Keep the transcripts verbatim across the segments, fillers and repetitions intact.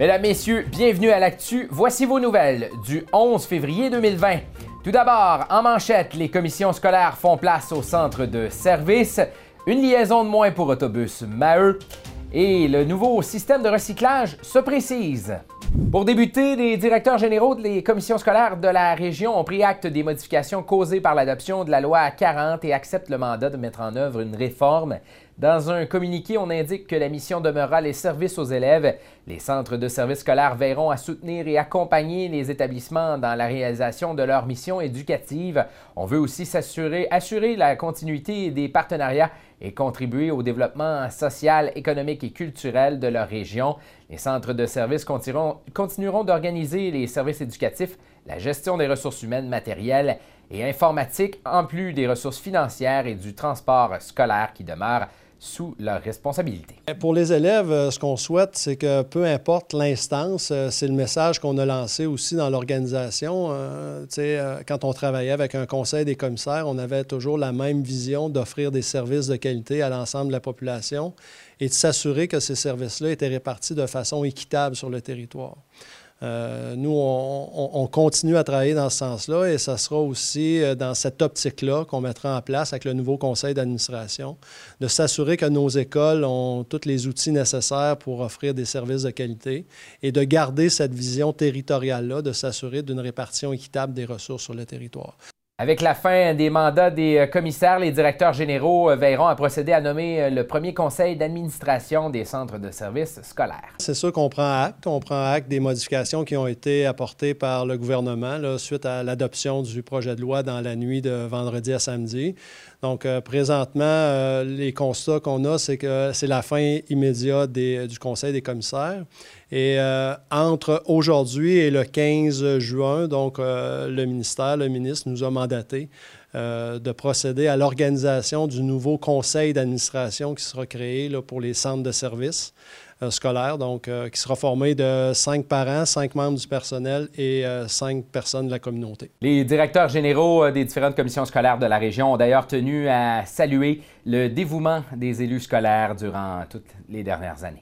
Mesdames, Messieurs, bienvenue à l'Actu. Voici vos nouvelles du onze février deux mille vingt. Tout d'abord, en manchette, les commissions scolaires font place au centre de service. Une liaison de moins pour autobus Maheu. Et le nouveau système de recyclage se précise. Pour débuter, les directeurs généraux des commissions scolaires de la région ont pris acte des modifications causées par l'adoption de la loi quarante et acceptent le mandat de mettre en œuvre une réforme. Dans un communiqué, on indique que la mission demeurera les services aux élèves. Les centres de services scolaires veilleront à soutenir et accompagner les établissements dans la réalisation de leur mission éducative. On veut aussi s'assurer, assurer la continuité des partenariats et contribuer au développement social, économique et culturel de leur région. Les centres de services continueront, continueront d'organiser les services éducatifs, la gestion des ressources humaines, matérielles et informatiques, en plus des ressources financières et du transport scolaire qui demeurent sous leur responsabilité. Pour les élèves, ce qu'on souhaite, c'est que peu importe l'instance, c'est le message qu'on a lancé aussi dans l'organisation. Euh, tu sais, quand on travaillait avec un conseil des commissaires, on avait toujours la même vision d'offrir des services de qualité à l'ensemble de la population et de s'assurer que ces services-là étaient répartis de façon équitable sur le territoire. Euh, nous, on, on, on continue à travailler dans ce sens-là et ça sera aussi dans cette optique-là qu'on mettra en place avec le nouveau conseil d'administration, de s'assurer que nos écoles ont tous les outils nécessaires pour offrir des services de qualité et de garder cette vision territoriale-là, de s'assurer d'une répartition équitable des ressources sur le territoire. Avec la fin des mandats des commissaires, les directeurs généraux veilleront à procéder à nommer le premier conseil d'administration des centres de services scolaires. C'est sûr qu'on prend acte. On prend acte des modifications qui ont été apportées par le gouvernement là, suite à l'adoption du projet de loi dans la nuit de vendredi à samedi. Donc, euh, présentement, euh, les constats qu'on a, c'est que c'est la fin immédiate des, du conseil des commissaires. Et euh, entre aujourd'hui et le quinze juin, donc euh, le ministère, le ministre nous a mandaté euh, de procéder à l'organisation du nouveau conseil d'administration qui sera créé là, pour les centres de services euh, scolaires, donc euh, qui sera formé de cinq parents, cinq membres du personnel et euh, cinq personnes de la communauté. Les directeurs généraux des différentes commissions scolaires de la région ont d'ailleurs tenu à saluer le dévouement des élus scolaires durant toutes les dernières années.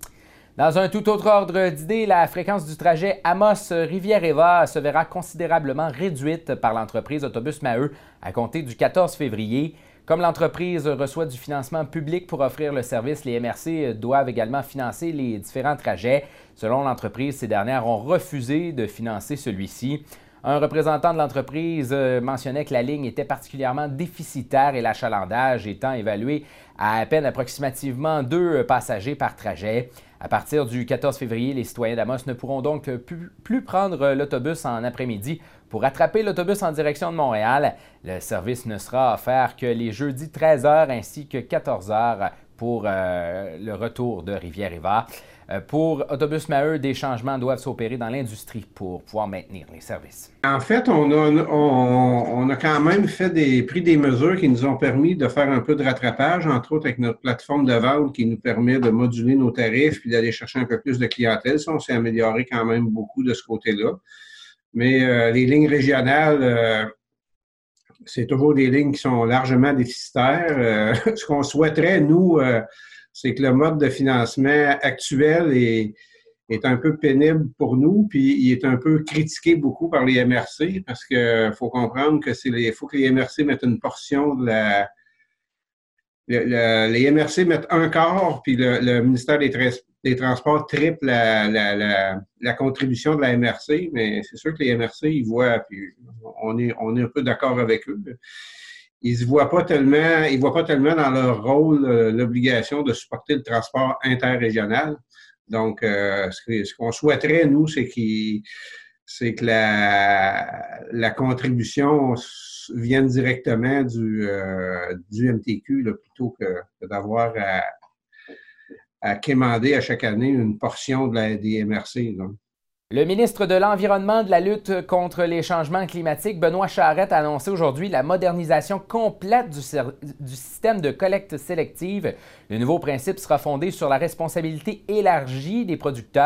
Dans un tout autre ordre d'idées, la fréquence du trajet Amos-Rivière-Éva se verra considérablement réduite par l'entreprise Autobus Maheu à compter du quatorze février. Comme l'entreprise reçoit du financement public pour offrir le service, les M R C doivent également financer les différents trajets. Selon l'entreprise, ces dernières ont refusé de financer celui-ci. Un représentant de l'entreprise mentionnait que la ligne était particulièrement déficitaire et l'achalandage étant évalué à à peine approximativement deux passagers par trajet. À partir du quatorze février, les citoyens d'Amos ne pourront donc plus, plus prendre l'autobus en après-midi pour attraper l'autobus en direction de Montréal. Le service ne sera offert que les jeudis treize heures ainsi que quatorze heures pour euh, le retour de Rivière-Éva. Euh, pour Autobus Maheu, des changements doivent s'opérer dans l'industrie pour pouvoir maintenir les services. En fait, on a, on, on a quand même fait des, pris des mesures qui nous ont permis de faire un peu de rattrapage, entre autres avec notre plateforme de vente qui nous permet de moduler nos tarifs puis d'aller chercher un peu plus de clientèle. Ça, on s'est amélioré quand même beaucoup de ce côté-là. Mais euh, les lignes régionales, euh, c'est toujours des lignes qui sont largement déficitaires. Euh, ce qu'on souhaiterait, nous, euh, c'est que le mode de financement actuel est, est un peu pénible pour nous, puis il est un peu critiqué beaucoup par les M R C, parce que faut comprendre que c'est les, faut que les M R C mettent une portion de la... Le, le, les M R C mettent un quart, puis le, le ministère des, tra des Transports triple la, la, la, la contribution de la M R C, mais c'est sûr que les M R C, ils voient, puis on est, on est un peu d'accord avec eux. Ils ne voient pas tellement, ils voient pas tellement dans leur rôle euh, l'obligation de supporter le transport interrégional. Donc, euh, ce qu'on souhaiterait, nous, c'est qu'il, c'est que la, la contribution vienne directement du, euh, du M T Q là, plutôt que, que d'avoir à, à quémander à chaque année une portion de la, des M R C. Là. Le ministre de l'Environnement, de la lutte contre les changements climatiques, Benoît Charette, a annoncé aujourd'hui la modernisation complète du, du système de collecte sélective. Le nouveau principe sera fondé sur la responsabilité élargie des producteurs,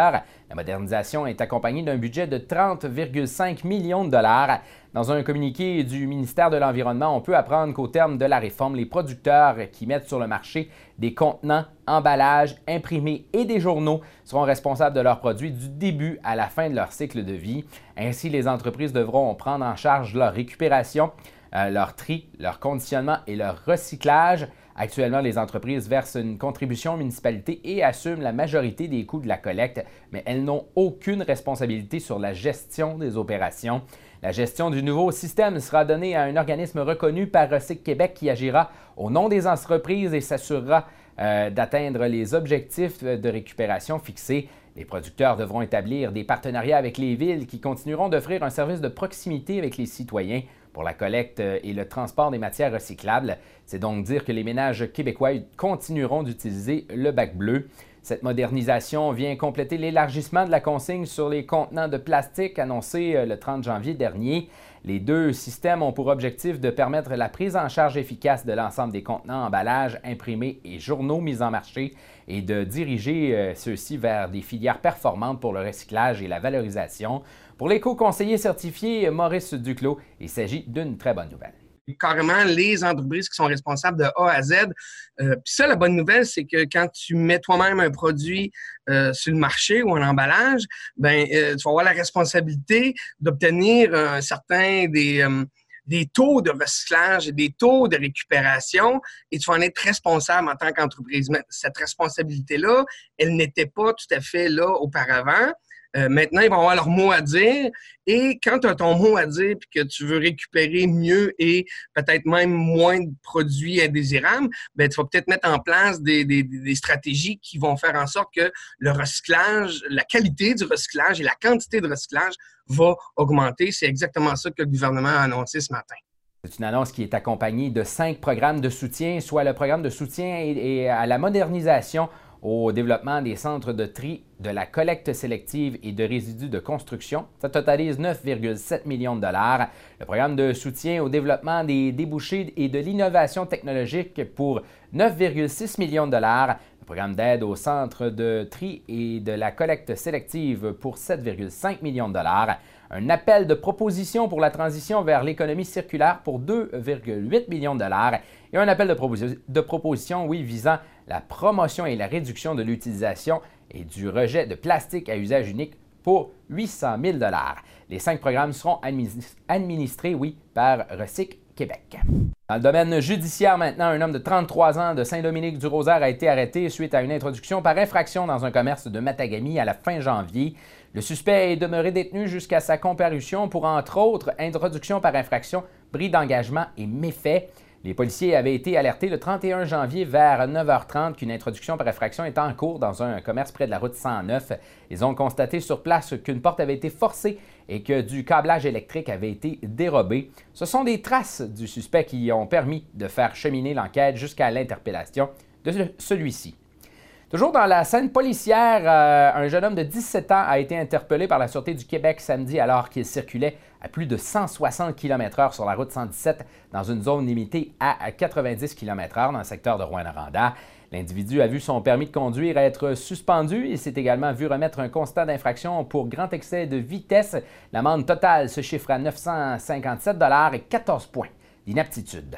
La modernisation est accompagnée d'un budget de trente virgule cinq millions de dollars. Dans un communiqué du ministère de l'Environnement, on peut apprendre qu'au terme de la réforme, les producteurs qui mettent sur le marché des contenants, emballages, imprimés et des journaux seront responsables de leurs produits du début à la fin de leur cycle de vie. Ainsi, les entreprises devront prendre en charge leur récupération, euh, leur tri, leur conditionnement et leur recyclage. Actuellement, les entreprises versent une contribution aux municipalités et assument la majorité des coûts de la collecte, mais elles n'ont aucune responsabilité sur la gestion des opérations. La gestion du nouveau système sera donnée à un organisme reconnu par Recyc Québec qui agira au nom des entreprises et s'assurera euh, d'atteindre les objectifs de récupération fixés. Les producteurs devront établir des partenariats avec les villes qui continueront d'offrir un service de proximité avec les citoyens pour la collecte et le transport des matières recyclables. C'est donc dire que les ménages québécois continueront d'utiliser le bac bleu. Cette modernisation vient compléter l'élargissement de la consigne sur les contenants de plastique annoncé le trente janvier dernier. Les deux systèmes ont pour objectif de permettre la prise en charge efficace de l'ensemble des contenants, emballages, imprimés et journaux mis en marché et de diriger ceux-ci vers des filières performantes pour le recyclage et la valorisation. Pour l'éco-conseiller certifié Maurice Duclos, il s'agit d'une très bonne nouvelle. Carrément les entreprises qui sont responsables de A à Z. Euh, Puis ça, la bonne nouvelle, c'est que quand tu mets toi-même un produit euh, sur le marché ou un emballage, ben euh, tu vas avoir la responsabilité d'obtenir un certain des, euh, des taux de recyclage et des taux de récupération et tu vas en être responsable en tant qu'entreprise. Mais cette responsabilité-là, elle n'était pas tout à fait là auparavant. Euh, maintenant, ils vont avoir leur mot à dire et quand tu as ton mot à dire et que tu veux récupérer mieux et peut-être même moins de produits indésirables, ben, tu vas peut-être mettre en place des, des, des stratégies qui vont faire en sorte que le recyclage, la qualité du recyclage et la quantité de recyclage va augmenter. C'est exactement ça que le gouvernement a annoncé ce matin. C'est une annonce qui est accompagnée de cinq programmes de soutien, soit le programme de soutien et, et à la modernisation au développement des centres de tri, de la collecte sélective et de résidus de construction. Ça totalise neuf virgule sept millions de dollars. Le programme de soutien au développement des débouchés et de l'innovation technologique pour neuf virgule six millions de dollars. Le programme d'aide aux centres de tri et de la collecte sélective pour sept virgule cinq millions de dollars. Un appel de proposition pour la transition vers l'économie circulaire pour deux virgule huit millions de dollars et un appel de, proposi de proposition, oui, visant la promotion et la réduction de l'utilisation et du rejet de plastique à usage unique pour huit cent mille dollars. Les cinq programmes seront administrés, oui, par Recyc Québec. Dans le domaine judiciaire maintenant, un homme de trente-trois ans de Saint-Dominique-du-Rosaire a été arrêté suite à une introduction par infraction dans un commerce de Matagami à la fin janvier. Le suspect est demeuré détenu jusqu'à sa comparution pour, entre autres, introduction par infraction, bris d'engagement et méfait. Les policiers avaient été alertés le trente et un janvier vers neuf heures trente qu'une introduction par infraction était en cours dans un commerce près de la route cent neuf. Ils ont constaté sur place qu'une porte avait été forcée et que du câblage électrique avait été dérobé. Ce sont des traces du suspect qui ont permis de faire cheminer l'enquête jusqu'à l'interpellation de celui-ci. Toujours dans la scène policière, euh, un jeune homme de dix-sept ans a été interpellé par la Sûreté du Québec samedi alors qu'il circulait à plus de cent soixante kilomètres heure sur la route cent dix-sept dans une zone limitée à quatre-vingt-dix kilomètres heure dans le secteur de Rouyn-Noranda. L'individu a vu son permis de conduire être suspendu. Il s'est également vu remettre un constat d'infraction pour grand excès de vitesse. L'amende totale se chiffre à neuf cent cinquante-sept dollars et quatorze points d'inaptitude.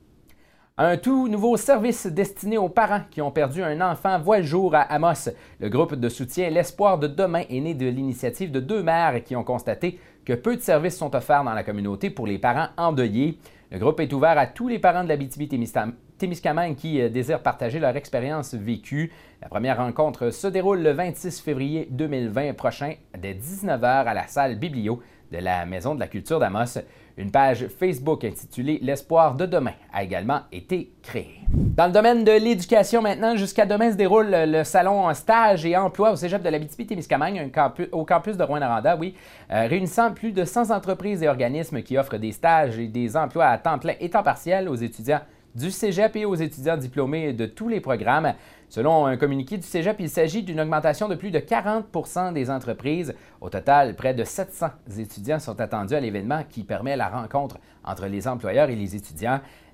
Un tout nouveau service destiné aux parents qui ont perdu un enfant voit le jour à Amos. Le groupe de soutien L'Espoir de demain est né de l'initiative de deux mères qui ont constaté que peu de services sont offerts dans la communauté pour les parents endeuillés. Le groupe est ouvert à tous les parents de l'Abitibi-Témiscamingue qui désirent partager leur expérience vécue. La première rencontre se déroule le vingt-six février deux mille vingt prochain dès dix-neuf heures à la salle Biblio de la Maison de la Culture d'Amos. Une page Facebook intitulée « L'Espoir de demain » a également été créée. Dans le domaine de l'éducation maintenant, jusqu'à demain se déroule le salon Stage et Emploi au Cégep de l'Abitibi-Témiscamingue, campus, au campus de Rouyn-Noranda, oui, euh, réunissant plus de cent entreprises et organismes qui offrent des stages et des emplois à temps plein et temps partiel aux étudiants du Cégep et aux étudiants diplômés de tous les programmes. Selon un communiqué du Cégep, il s'agit d'une augmentation de plus de quarante pour cent des entreprises. Au total, près de sept cents étudiants sont attendus à l'événement qui permet la rencontre entre les employeurs et les étudiants.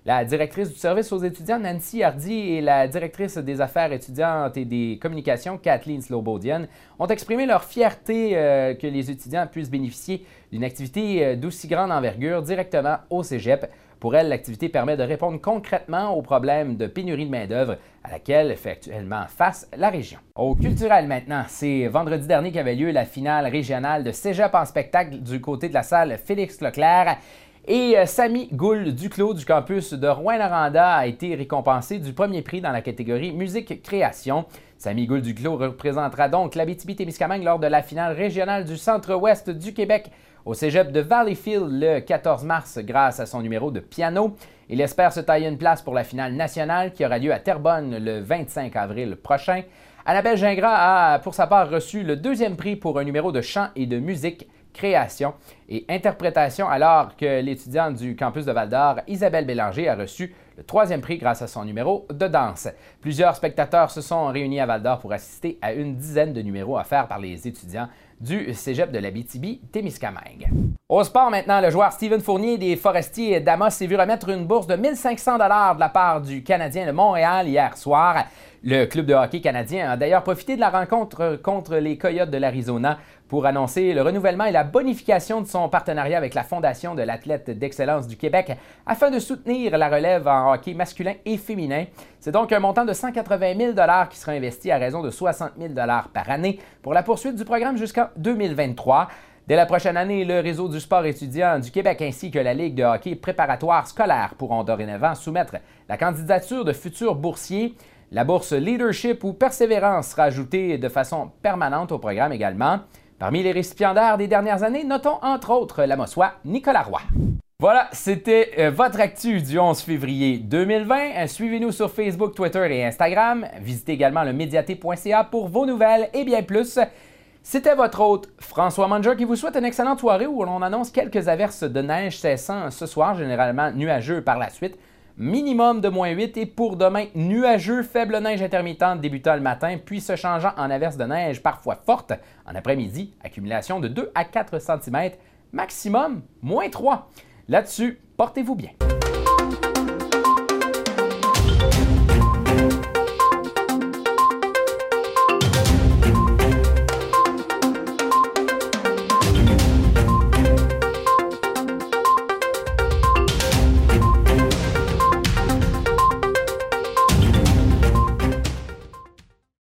La directrice du service aux étudiants, Nancy Hardy, et la directrice des affaires étudiantes et des communications, Kathleen Slobodian, ont exprimé leur fierté euh, que les étudiants puissent bénéficier d'une activité euh, d'aussi grande envergure directement au cégep. Pour elles, l'activité permet de répondre concrètement aux problèmes de pénurie de main-d'œuvre à laquelle fait actuellement face la région. Au culturel maintenant, c'est vendredi dernier qu'avait lieu la finale régionale de Cégep en spectacle du côté de la salle Félix-Leclerc. Et Samy Gould-Duclos du campus de Rouyn-Noranda a été récompensé du premier prix dans la catégorie musique-création. Samy Gould-Duclos représentera donc l'Abitibi-Témiscamingue lors de la finale régionale du centre-ouest du Québec au cégep de Valleyfield le quatorze mars grâce à son numéro de piano. Il espère se tailler une place pour la finale nationale qui aura lieu à Terrebonne le vingt-cinq avril prochain. Annabelle Gingras a pour sa part reçu le deuxième prix pour un numéro de chant et de musique création et interprétation, alors que l'étudiante du campus de Val-d'Or, Isabelle Bélanger, a reçu le troisième prix grâce à son numéro de danse. Plusieurs spectateurs se sont réunis à Val-d'Or pour assister à une dizaine de numéros offerts par les étudiants du cégep de l'Abitibi-Témiscamingue. Au sport maintenant, le joueur Steven Fournier des Forestiers d'Amos s'est vu remettre une bourse de mille cinq cents dollars de la part du Canadien de Montréal hier soir. Le club de hockey canadien a d'ailleurs profité de la rencontre contre les Coyotes de l'Arizona pour annoncer le renouvellement et la bonification de son partenariat avec la Fondation de l'athlète d'excellence du Québec afin de soutenir la relève en hockey masculin et féminin. C'est donc un montant de cent quatre-vingt mille dollars qui sera investi à raison de soixante mille dollars par année pour la poursuite du programme jusqu'en deux mille vingt-trois. Dès la prochaine année, le Réseau du sport étudiant du Québec ainsi que la Ligue de hockey préparatoire scolaire pourront dorénavant soumettre la candidature de futurs boursiers. La bourse Leadership ou Persévérance sera ajoutée de façon permanente au programme également. Parmi les récipiendaires des dernières années, notons entre autres l'Amossois Nicolas Roy. Voilà, c'était euh, votre actu du onze février deux mille vingt. Euh, Suivez-nous sur Facebook, Twitter et Instagram. Visitez également le médiaté point c a pour vos nouvelles et bien plus. C'était votre hôte François Manger qui vous souhaite une excellente soirée où l'on annonce quelques averses de neige cessant ce soir, généralement nuageux par la suite. Minimum de moins huit et pour demain, nuageux, faible neige intermittente débutant le matin, puis se changeant en averse de neige parfois forte en après-midi, accumulation de deux à quatre centimètres, maximum moins trois. Là-dessus, portez-vous bien.